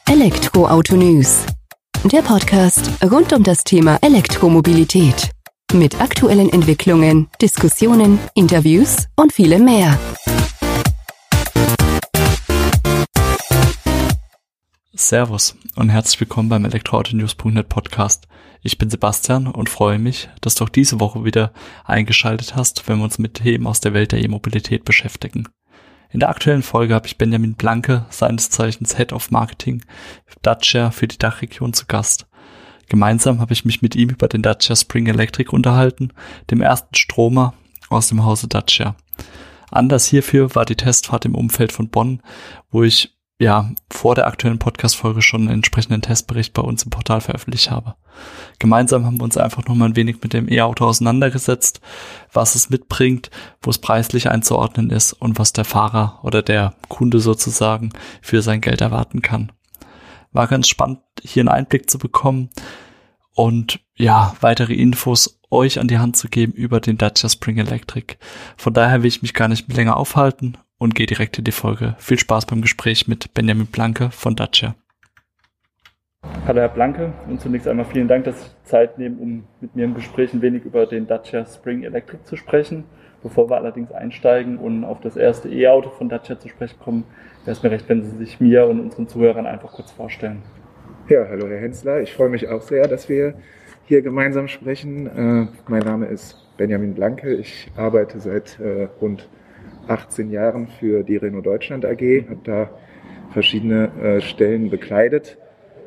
Elektroauto News, der Podcast rund um das Thema Elektromobilität. Mit aktuellen Entwicklungen, Diskussionen, Interviews und vielem mehr. Servus und herzlich willkommen beim Elektroautonews.net Podcast. Ich bin Sebastian und freue mich, dass du auch diese Woche wieder eingeschaltet hast, wenn wir uns mit Themen aus der Welt der E-Mobilität beschäftigen. In der aktuellen Folge habe ich Benjamin Blanke, seines Zeichens Head of Marketing Dacia für die Dachregion, zu Gast. Gemeinsam habe ich mich mit ihm über den Dacia Spring Electric unterhalten, dem ersten Stromer aus dem Hause Dacia. Anlass hierfür war die Testfahrt im Umfeld von Bonn, wo ich vor der aktuellen Podcast-Folge schon einen entsprechenden Testbericht bei uns im Portal veröffentlicht habe. Gemeinsam haben wir uns einfach nochmal ein wenig mit dem E-Auto auseinandergesetzt, was es mitbringt, wo es preislich einzuordnen ist und was der Fahrer oder der Kunde sozusagen für sein Geld erwarten kann. War ganz spannend, hier einen Einblick zu bekommen und weitere Infos euch an die Hand zu geben über den Dacia Spring Electric. Von daher will ich mich gar nicht länger aufhalten und gehe direkt in die Folge. Viel Spaß beim Gespräch mit Benjamin Blanke von Dacia. Hallo Herr Blanke, und zunächst einmal vielen Dank, dass Sie Zeit nehmen, um mit mir im Gespräch ein wenig über den Dacia Spring Electric zu sprechen. Bevor wir allerdings einsteigen und auf das erste E-Auto von Dacia zu sprechen kommen, wäre es mir recht, wenn Sie sich mir und unseren Zuhörern einfach kurz vorstellen. Ja, hallo Herr Hensler, ich freue mich auch sehr, dass wir hier gemeinsam sprechen. Mein Name ist Benjamin Blanke, ich arbeite seit rund 18 Jahren für die Renault Deutschland AG, habe da verschiedene Stellen bekleidet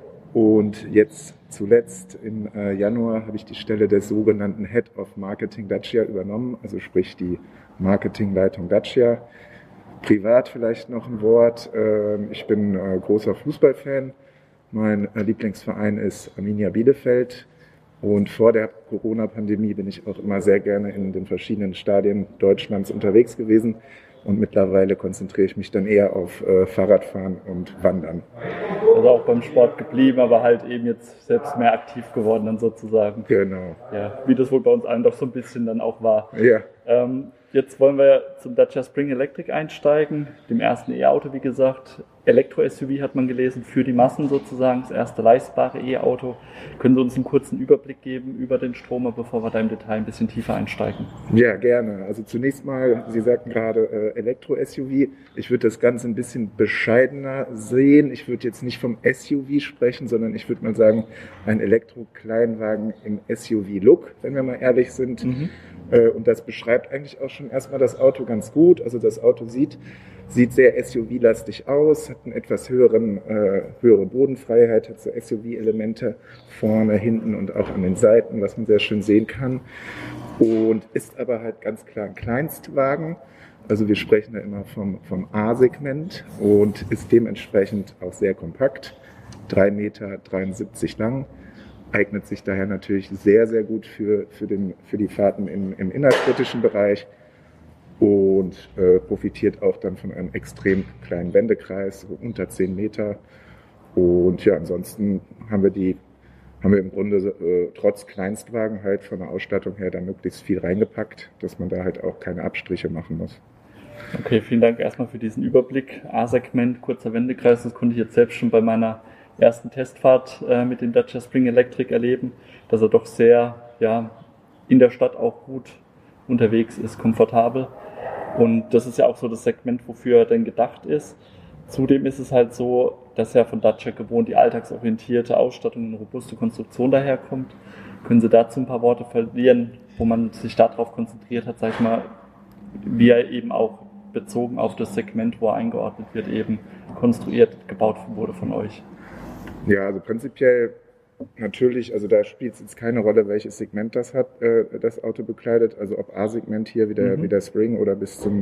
und jetzt zuletzt im Januar habe ich die Stelle des sogenannten Head of Marketing Dacia übernommen, also sprich die Marketingleitung Dacia. Privat vielleicht noch ein Wort, ich bin großer Fußballfan, mein Lieblingsverein ist Arminia Bielefeld. Und vor der Corona-Pandemie bin ich auch immer sehr gerne in den verschiedenen Stadien Deutschlands unterwegs gewesen. Und mittlerweile konzentriere ich mich dann eher auf Fahrradfahren und Wandern. Also auch beim Sport geblieben, aber halt eben jetzt selbst mehr aktiv geworden dann sozusagen. Genau. Ja, wie das wohl bei uns allen doch so ein bisschen dann auch war. Ja. Jetzt wollen wir zum Dacia Spring Electric einsteigen, dem ersten E-Auto, wie gesagt. Elektro-SUV hat man gelesen, für die Massen sozusagen, das erste leistbare E-Auto. Können Sie uns einen kurzen Überblick geben über den Stromer, bevor wir da im Detail ein bisschen tiefer einsteigen? Ja, gerne. Also zunächst mal, Sie sagten gerade Elektro-SUV. Ich würde das Ganze ein bisschen bescheidener sehen. Ich würde jetzt nicht vom SUV sprechen, sondern ich würde mal sagen, ein Elektro-Kleinwagen im SUV-Look, wenn wir mal ehrlich sind. Und das beschreibt eigentlich auch schon erstmal das Auto ganz gut. Also das Auto sieht sehr SUV-lastig aus, hat eine etwas höhere Bodenfreiheit, hat so SUV-Elemente vorne, hinten und auch an den Seiten, was man sehr schön sehen kann. Und ist aber halt ganz klar ein Kleinstwagen. Also wir sprechen da immer vom A-Segment und ist dementsprechend auch sehr kompakt, 3,73 Meter lang. Eignet sich daher natürlich sehr, sehr gut für die Fahrten im innerstädtischen Bereich und profitiert auch dann von einem extrem kleinen Wendekreis, so unter 10 Meter. Und ja, ansonsten haben wir im Grunde trotz Kleinstwagen halt von der Ausstattung her da möglichst viel reingepackt, dass man da halt auch keine Abstriche machen muss. Okay, vielen Dank erstmal für diesen Überblick. A-Segment, kurzer Wendekreis, das konnte ich jetzt selbst schon bei meiner ersten Testfahrt mit dem Dacia Spring Electric erleben, dass er doch sehr in der Stadt auch gut unterwegs ist, komfortabel. Und das ist ja auch so das Segment, wofür er denn gedacht ist. Zudem ist es halt so, dass ja von Dacia gewohnt die alltagsorientierte Ausstattung und robuste Konstruktion daherkommt. Können Sie dazu ein paar Worte verlieren, wo man sich darauf konzentriert hat, sag ich mal, wie er eben auch bezogen auf das Segment, wo er eingeordnet wird, eben konstruiert, gebaut wurde von euch? Ja, also prinzipiell natürlich, also da spielt es jetzt keine Rolle, welches Segment das hat, das Auto bekleidet, also ob A-Segment hier wie der Spring oder bis zum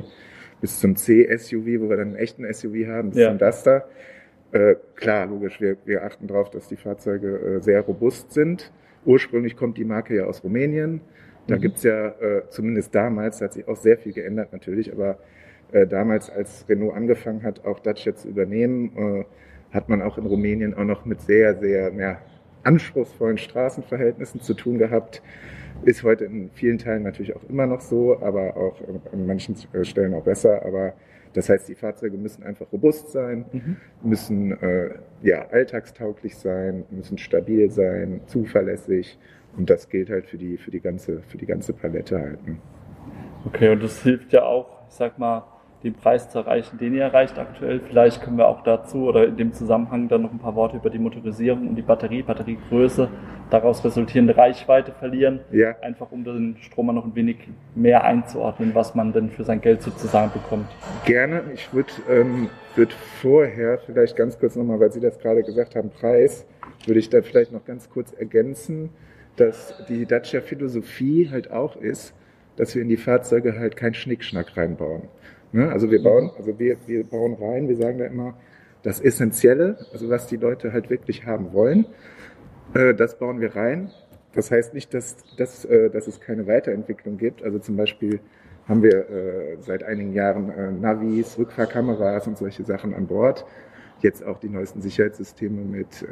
C-SUV, wo wir dann einen echten SUV haben, bis zum Duster. Klar, logisch, wir achten darauf, dass die Fahrzeuge sehr robust sind. Ursprünglich kommt die Marke ja aus Rumänien. Da gibt's ja, zumindest damals, da hat sich auch sehr viel geändert natürlich, aber damals, als Renault angefangen hat, auch Dacia zu übernehmen, hat man auch in Rumänien auch noch mit sehr, sehr anspruchsvollen Straßenverhältnissen zu tun gehabt. Ist heute in vielen Teilen natürlich auch immer noch so, aber auch an manchen Stellen auch besser. Aber Das heißt, die Fahrzeuge müssen einfach robust sein, müssen alltagstauglich sein, müssen stabil sein, zuverlässig. Und das gilt halt für die ganze Palette halt. Ne? Okay, und das hilft ja auch, ich sag mal, den Preis zu erreichen, den ihr erreicht aktuell. Vielleicht können wir auch dazu oder in dem Zusammenhang dann noch ein paar Worte über die Motorisierung und die Batteriegröße, daraus resultierende Reichweite verlieren. Ja. Einfach um den Stromer noch ein wenig mehr einzuordnen, was man denn für sein Geld sozusagen bekommt. Gerne. Ich würde vorher vielleicht ganz kurz nochmal, weil Sie das gerade gesagt haben, Preis, würde ich da vielleicht noch ganz kurz ergänzen, dass die Dacia-Philosophie halt auch ist, dass wir in die Fahrzeuge halt keinen Schnickschnack reinbauen. Ne? Also wir bauen rein, wir sagen da immer, das Essentielle, also was die Leute halt wirklich haben wollen, das bauen wir rein. Das heißt nicht, dass es keine Weiterentwicklung gibt. Also zum Beispiel haben wir seit einigen Jahren Navis, Rückfahrkameras und solche Sachen an Bord. Jetzt auch die neuesten Sicherheitssysteme mit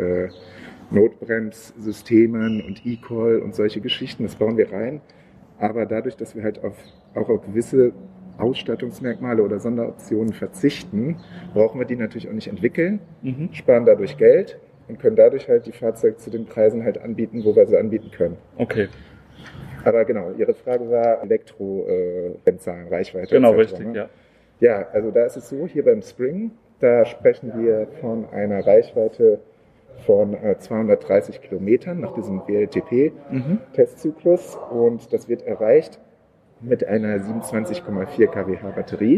Notbremssystemen und E-Call und solche Geschichten, das bauen wir rein. Aber dadurch, dass wir halt auch auf gewisse Ausstattungsmerkmale oder Sonderoptionen verzichten, brauchen wir die natürlich auch nicht entwickeln, sparen dadurch Geld und können dadurch halt die Fahrzeuge zu den Preisen halt anbieten, wo wir sie anbieten können. Okay. Aber genau, Ihre Frage war Elektro-Kennzahlen, Reichweite. Genau, etc., richtig, ne? ja. Ja, also da ist es so, hier beim Spring, da sprechen wir von einer Reichweite von 230 Kilometern nach diesem WLTP-Testzyklus und das wird erreicht mit einer 27,4 kWh Batterie.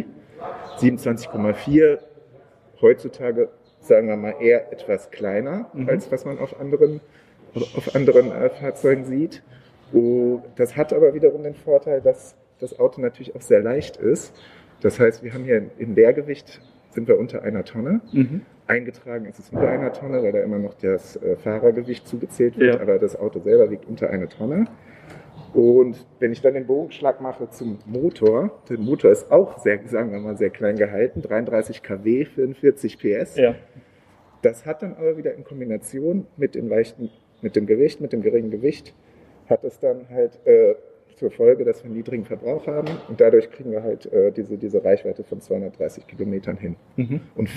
27,4 heutzutage, sagen wir mal, eher etwas kleiner, als was man auf anderen Fahrzeugen sieht. Und das hat aber wiederum den Vorteil, dass das Auto natürlich auch sehr leicht ist. Das heißt, wir haben hier im Leergewicht sind wir unter 1 Tonne. Eingetragen ist es über 1 Tonne, weil da immer noch das Fahrergewicht zugezählt wird, aber das Auto selber wiegt unter 1 Tonne. Und wenn ich dann den Bogenschlag mache zum Motor, der Motor ist auch sehr, sagen wir mal, sehr klein gehalten, 33 kW, 44 PS. Ja. Das hat dann aber wieder in Kombination mit dem geringen Gewicht, hat es dann halt zur Folge, dass wir einen niedrigen Verbrauch haben und dadurch kriegen wir halt diese Reichweite von 230 Kilometern hin. Und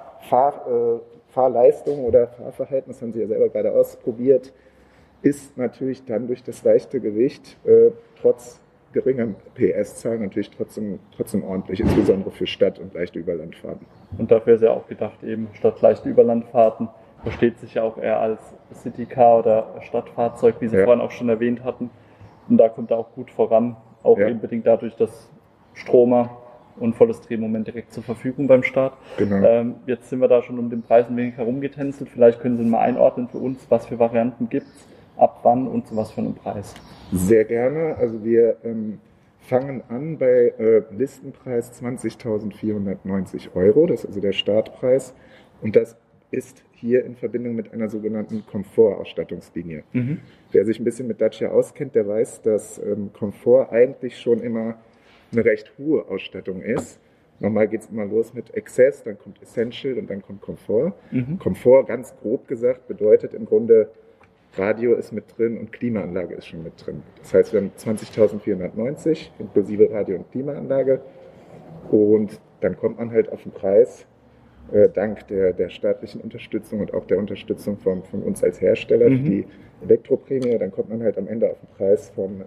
Fahrleistung oder Fahrverhalten, das haben Sie ja selber gerade ausprobiert, ist natürlich dann durch das leichte Gewicht trotz geringer PS-Zahl natürlich trotzdem ordentlich, insbesondere für Stadt- und leichte Überlandfahrten. Und dafür ist ja auch gedacht, eben statt leichte Überlandfahrten versteht sich ja auch eher als Citycar oder Stadtfahrzeug, wie Sie vorhin auch schon erwähnt hatten. Und da kommt er auch gut voran, auch eben bedingt dadurch, dass Stromer und volles Drehmoment direkt zur Verfügung beim Start. Genau. Jetzt sind wir da schon um den Preis ein wenig herumgetänzelt. Vielleicht können Sie mal einordnen für uns, was für Varianten gibt es, ab wann und zu was für einem Preis. Sehr gerne. Also wir fangen an bei Listenpreis 20.490 €. Das ist also der Startpreis. Und das ist hier in Verbindung mit einer sogenannten Komfortausstattungslinie. Wer sich ein bisschen mit Dacia auskennt, der weiß, dass Komfort eigentlich schon immer eine recht hohe Ausstattung ist. Normal geht es immer los mit Access, dann kommt Essential und dann kommt Komfort. Komfort, ganz grob gesagt, bedeutet im Grunde, Radio ist mit drin und Klimaanlage ist schon mit drin. Das heißt, wir haben 20.490 inklusive Radio und Klimaanlage und dann kommt man halt auf den Preis, dank der staatlichen Unterstützung und auch der Unterstützung von uns als Hersteller für die Elektroprämie, dann kommt man halt am Ende auf den Preis von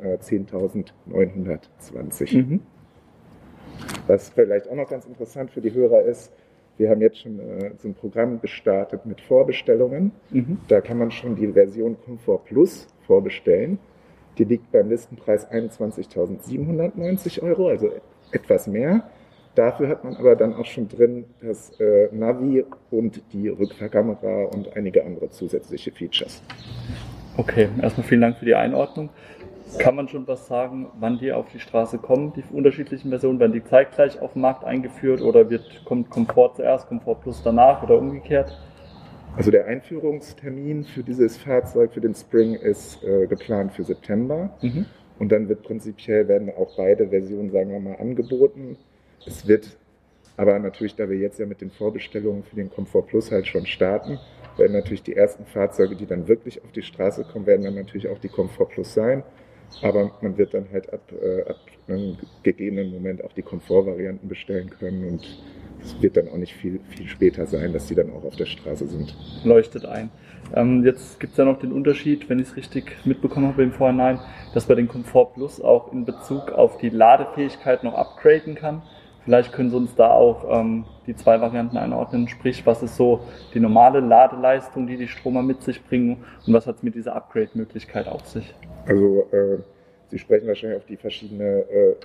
10.920. Was vielleicht auch noch ganz interessant für die Hörer ist, wir haben jetzt schon so ein Programm gestartet mit Vorbestellungen. Da kann man schon die Version Komfort Plus vorbestellen. Die liegt beim Listenpreis 21.790 €, also etwas mehr. Dafür hat man aber dann auch schon drin das Navi und die Rückfahrkamera und einige andere zusätzliche Features. Okay, erstmal vielen Dank für die Einordnung. Kann man schon was sagen, wann die auf die Straße kommen, die unterschiedlichen Versionen? Werden die zeitgleich auf den Markt eingeführt oder kommt Komfort zuerst, Komfort Plus danach oder umgekehrt? Also der Einführungstermin für dieses Fahrzeug, für den Spring, ist geplant für September. Und dann werden auch beide Versionen, sagen wir mal, angeboten. Es wird aber natürlich, da wir jetzt ja mit den Vorbestellungen für den Komfort Plus halt schon starten, werden natürlich die ersten Fahrzeuge, die dann wirklich auf die Straße kommen, werden dann natürlich auch die Komfort Plus sein. Aber man wird dann halt ab einem gegebenen Moment auch die Komfortvarianten bestellen können und es wird dann auch nicht viel später sein, dass die dann auch auf der Straße sind. Leuchtet ein. Jetzt gibt es ja noch den Unterschied, wenn ich es richtig mitbekommen habe im Vorhinein, dass man den Komfort Plus auch in Bezug auf die Ladefähigkeit noch upgraden kann. Vielleicht können Sie uns da auch die zwei Varianten einordnen, sprich, was ist so die normale Ladeleistung, die Stromer mit sich bringen und was hat es mit dieser Upgrade-Möglichkeit auf sich? Also Sie sprechen wahrscheinlich auf die verschiedene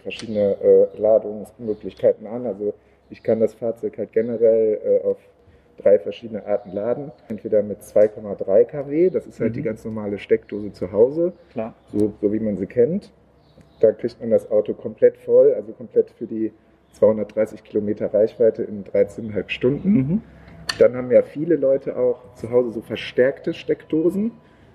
Ladungsmöglichkeiten an. Also ich kann das Fahrzeug halt generell auf 3 verschiedene Arten laden. Entweder mit 2,3 kW, das ist halt die ganz normale Steckdose zu Hause, Klar. So wie man sie kennt. Da kriegt man das Auto komplett voll, also komplett für die 230 Kilometer Reichweite in 13,5 Stunden. Dann haben ja viele Leute auch zu Hause so verstärkte Steckdosen.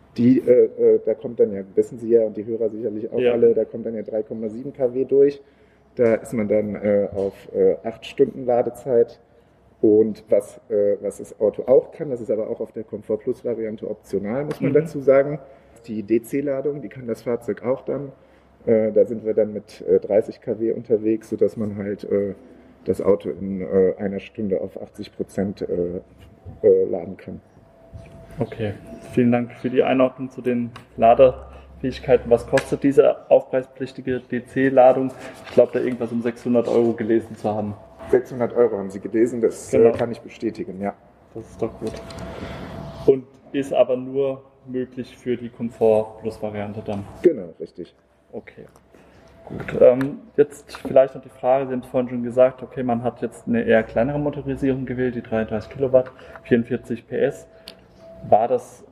Da kommt dann ja, wissen Sie ja und die Hörer sicherlich auch alle, da kommt dann ja 3,7 kW durch. Da ist man dann auf 8 Stunden Ladezeit. Und was das Auto auch kann, das ist aber auch auf der Komfort Plus Variante optional, muss man dazu sagen. Die DC-Ladung, die kann das Fahrzeug auch dann. Da sind wir dann mit 30 kW unterwegs, sodass man halt das Auto in einer Stunde auf 80% laden kann. Okay, vielen Dank für die Einordnung zu den Ladefähigkeiten. Was kostet diese aufpreispflichtige DC-Ladung? Ich glaube, da irgendwas um 600 € gelesen zu haben. 600 € haben Sie gelesen, das kann ich bestätigen, ja. Das ist doch gut. Und ist aber nur möglich für die Komfort-Plus-Variante dann? Genau, richtig. Okay, gut. Jetzt vielleicht noch die Frage, Sie haben es vorhin schon gesagt, okay, man hat jetzt eine eher kleinere Motorisierung gewählt, die 33 Kilowatt, 44 PS. War das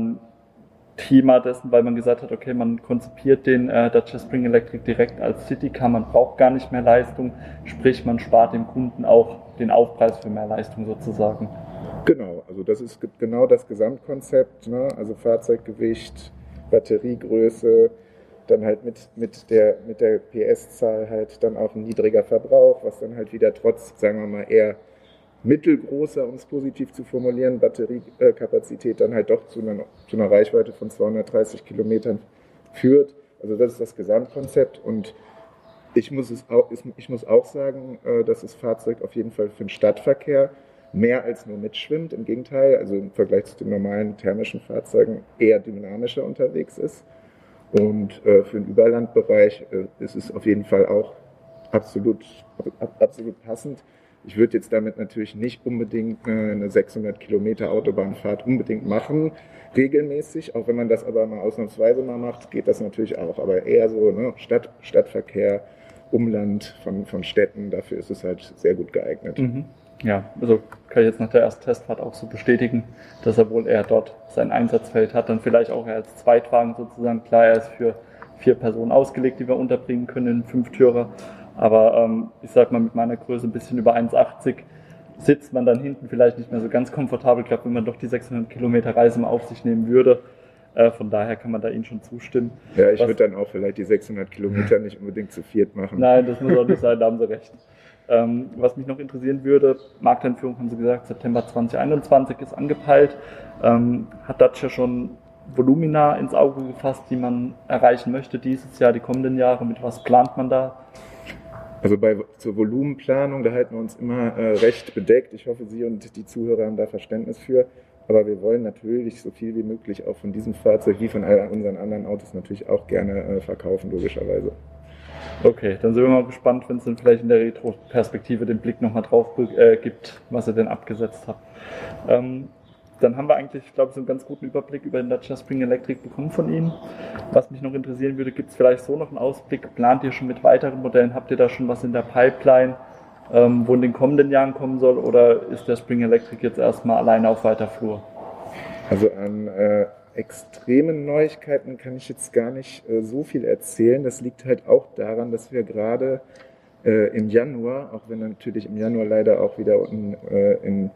Thema dessen, weil man gesagt hat, okay, man konzipiert den Dacia Spring Electric direkt als Citycar, man braucht gar nicht mehr Leistung, sprich man spart dem Kunden auch den Aufpreis für mehr Leistung sozusagen. Genau, also das ist genau das Gesamtkonzept, ne? Also Fahrzeuggewicht, Batteriegröße, dann halt mit der PS-Zahl halt dann auch ein niedriger Verbrauch, was dann halt wieder trotz, sagen wir mal, eher mittelgroßer, um es positiv zu formulieren, Batteriekapazität dann halt doch zu einer Reichweite von 230 Kilometern führt. Also das ist das Gesamtkonzept und ich muss auch sagen, dass das Fahrzeug auf jeden Fall für den Stadtverkehr mehr als nur mitschwimmt. Im Gegenteil, also im Vergleich zu den normalen thermischen Fahrzeugen eher dynamischer unterwegs ist. Und für den Überlandbereich ist es auf jeden Fall auch absolut passend. Ich würde jetzt damit natürlich nicht unbedingt eine 600 Kilometer Autobahnfahrt unbedingt machen, regelmäßig. Auch wenn man das aber mal ausnahmsweise mal macht, geht das natürlich auch. Aber eher so Stadtverkehr, Umland von Städten, dafür ist es halt sehr gut geeignet. Ja, also kann ich jetzt nach der ersten Testfahrt auch so bestätigen, dass er wohl eher dort sein Einsatzfeld hat. Dann vielleicht auch als Zweitwagen sozusagen. Klar, er ist für 4 Personen ausgelegt, die wir unterbringen können in 5-Türer. Aber ich sag mal, mit meiner Größe ein bisschen über 1,80 sitzt man dann hinten vielleicht nicht mehr so ganz komfortabel. Ich glaube, wenn man doch die 600 Kilometer Reise mal auf sich nehmen würde. Von daher kann man da Ihnen schon zustimmen. Ja, ich würde dann auch vielleicht die 600 Kilometer nicht unbedingt zu viert machen. Nein, das muss auch nicht sein, da haben Sie recht. Was mich noch interessieren würde, Markteinführung haben Sie gesagt, September 2021 ist angepeilt. Hat Dacia schon Volumina ins Auge gefasst, die man erreichen möchte dieses Jahr, die kommenden Jahre? Mit was plant man da? Also zur Volumenplanung, da halten wir uns immer recht bedeckt. Ich hoffe, Sie und die Zuhörer haben da Verständnis für. Aber wir wollen natürlich so viel wie möglich auch von diesem Fahrzeug wie von all unseren anderen Autos natürlich auch gerne verkaufen, logischerweise. Okay, dann sind wir mal gespannt, wenn es dann vielleicht in der Retro-Perspektive den Blick nochmal drauf gibt, was ihr denn abgesetzt habt. Dann haben wir eigentlich, glaube ich, so einen ganz guten Überblick über den Dacia Spring Electric bekommen von Ihnen. Was mich noch interessieren würde, gibt es vielleicht so noch einen Ausblick? Plant ihr schon mit weiteren Modellen? Habt ihr da schon was in der Pipeline, wo in den kommenden Jahren kommen soll? Oder ist der Spring Electric jetzt erstmal alleine auf weiter Flur? Also an extremen Neuigkeiten kann ich jetzt gar nicht so viel erzählen. Das liegt halt auch daran, dass wir gerade im Januar, auch wenn natürlich im Januar leider auch wieder in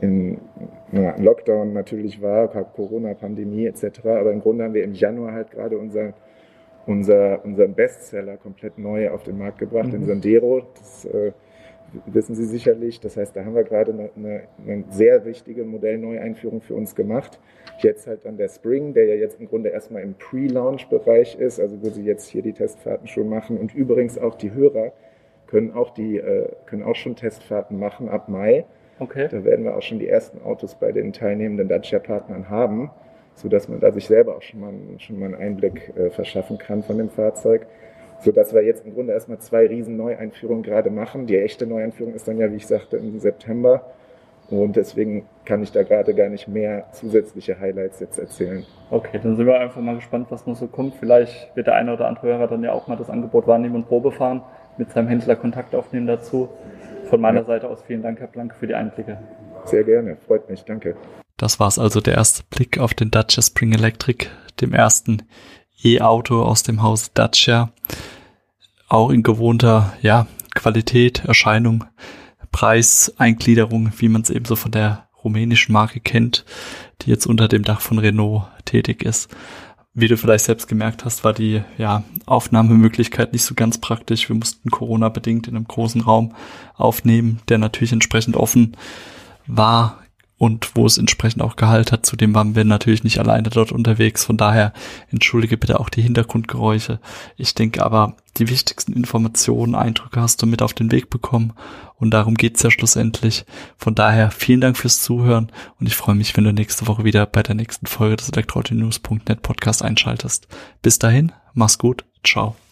Lockdown natürlich war, Corona-Pandemie etc., aber im Grunde haben wir im Januar halt gerade unseren Bestseller komplett neu auf den Markt gebracht, den Sandero. Das wissen Sie sicherlich. Das heißt, da haben wir gerade eine sehr wichtige Modellneueinführung für uns gemacht. Jetzt halt dann der Spring, der ja jetzt im Grunde erstmal im Pre-Launch-Bereich ist, also wo Sie jetzt hier die Testfahrten schon machen. Und übrigens auch die Hörer können auch schon Testfahrten machen ab Mai. Okay. Da werden wir auch schon die ersten Autos bei den teilnehmenden Dacia-Partnern haben, sodass man da sich selber auch schon mal einen Einblick verschaffen kann von dem Fahrzeug. Sodass wir jetzt im Grunde erstmal 2 riesen Neueinführungen gerade machen. Die echte Neueinführung ist dann ja, wie ich sagte, im September. Und deswegen kann ich da gerade gar nicht mehr zusätzliche Highlights jetzt erzählen. Okay, dann sind wir einfach mal gespannt, was noch so kommt. Vielleicht wird der eine oder andere Hörer dann ja auch mal das Angebot wahrnehmen und Probe fahren, mit seinem Händler Kontakt aufnehmen dazu. Von meiner Seite aus vielen Dank, Herr Blanke, für die Einblicke. Sehr gerne, freut mich, danke. Das war's also, der erste Blick auf den Dacia Spring Electric, dem ersten E-Auto aus dem Hause Dacia. Auch in gewohnter Qualität, Erscheinung, Preis, Eingliederung, wie man es eben so von der rumänischen Marke kennt, die jetzt unter dem Dach von Renault tätig ist. Wie du vielleicht selbst gemerkt hast, war die Aufnahmemöglichkeit nicht so ganz praktisch. Wir mussten Corona-bedingt in einem großen Raum aufnehmen, der natürlich entsprechend offen war und wo es entsprechend auch Gehalt hat. Zudem waren wir natürlich nicht alleine dort unterwegs. Von daher entschuldige bitte auch die Hintergrundgeräusche. Ich denke aber, die wichtigsten Informationen, Eindrücke hast du mit auf den Weg bekommen. Und darum geht's ja schlussendlich. Von daher vielen Dank fürs Zuhören. Und ich freue mich, wenn du nächste Woche wieder bei der nächsten Folge des elektroautonews.net Podcast einschaltest. Bis dahin, mach's gut. Ciao.